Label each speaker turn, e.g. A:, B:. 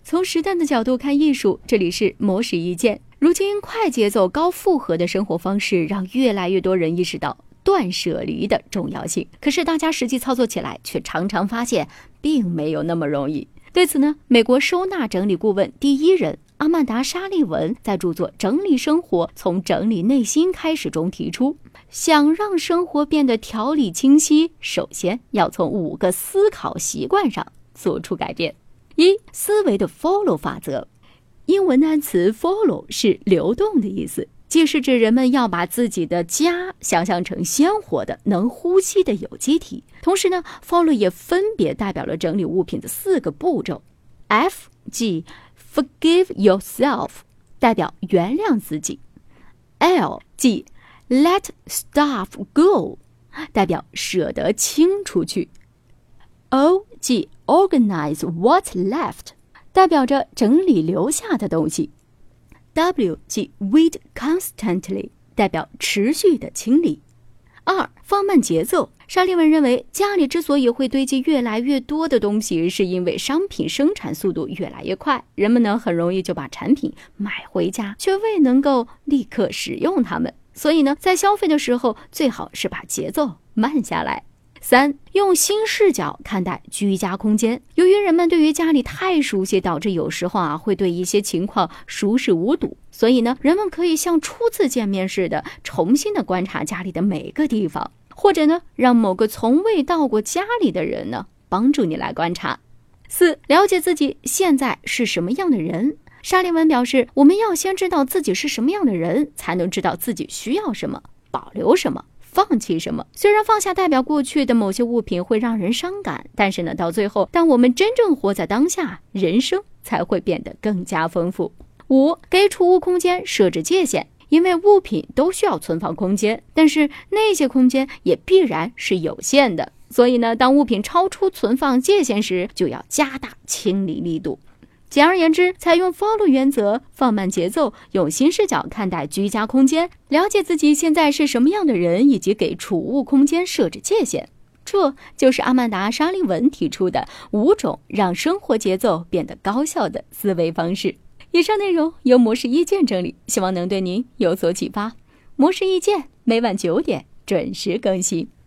A: 从时代的角度看艺术，这里是魔石意见。如今快节奏高负荷的生活方式让越来越多人意识到断舍离的重要性，可是大家实际操作起来却常常发现并没有那么容易。对此呢，美国收纳整理顾问第一人阿曼达·沙利文在著作《整理生活：从整理内心开始》中提出，想让生活变得条理清晰，首先要从5个思考习惯上做出改变。1. 思维的 follow 法则。英文单词 follow 是流动的意思，既是指人们要把自己的家想象成鲜活的能呼吸的有机体，同时呢 follow 也分别代表了整理物品的4个步骤。 F 即 forgive yourself， 代表原谅自己。 L 即 let stuff go， 代表舍得清出去。 O 即 organize what's left，代表着整理留下的东西。 W 即 weed constantly， 代表持续的清理。2. 放慢节奏。沙利文认为，家里之所以会堆积越来越多的东西，是因为商品生产速度越来越快，人们呢很容易就把产品买回家，却未能够立刻使用它们。所以呢，在消费的时候，最好是把节奏慢下来。3. 用新视角看待居家空间。由于人们对于家里太熟悉，导致有时候会对一些情况熟视无睹，所以呢，人们可以像初次见面似的重新的观察家里的每个地方，或者呢，让某个从未到过家里的人呢帮助你来观察。4. 了解自己现在是什么样的人。沙利文表示，我们要先知道自己是什么样的人，才能知道自己需要什么，保留什么，放弃什么。虽然放下代表过去的某些物品会让人伤感，但是呢，到最后，当我们真正活在当下，人生才会变得更加丰富。5. 给储物空间设置界限。因为物品都需要存放空间，但是那些空间也必然是有限的，所以呢，当物品超出存放界限时，就要加大清理力度。简而言之，采用 follow 原则，放慢节奏，用新视角看待居家空间，了解自己现在是什么样的人，以及给储物空间设置界限。这就是阿曼达·沙利文提出的5种让生活节奏变得高效的思维方式。以上内容由魔石意见整理，希望能对您有所启发。魔石意见每晚9点准时更新。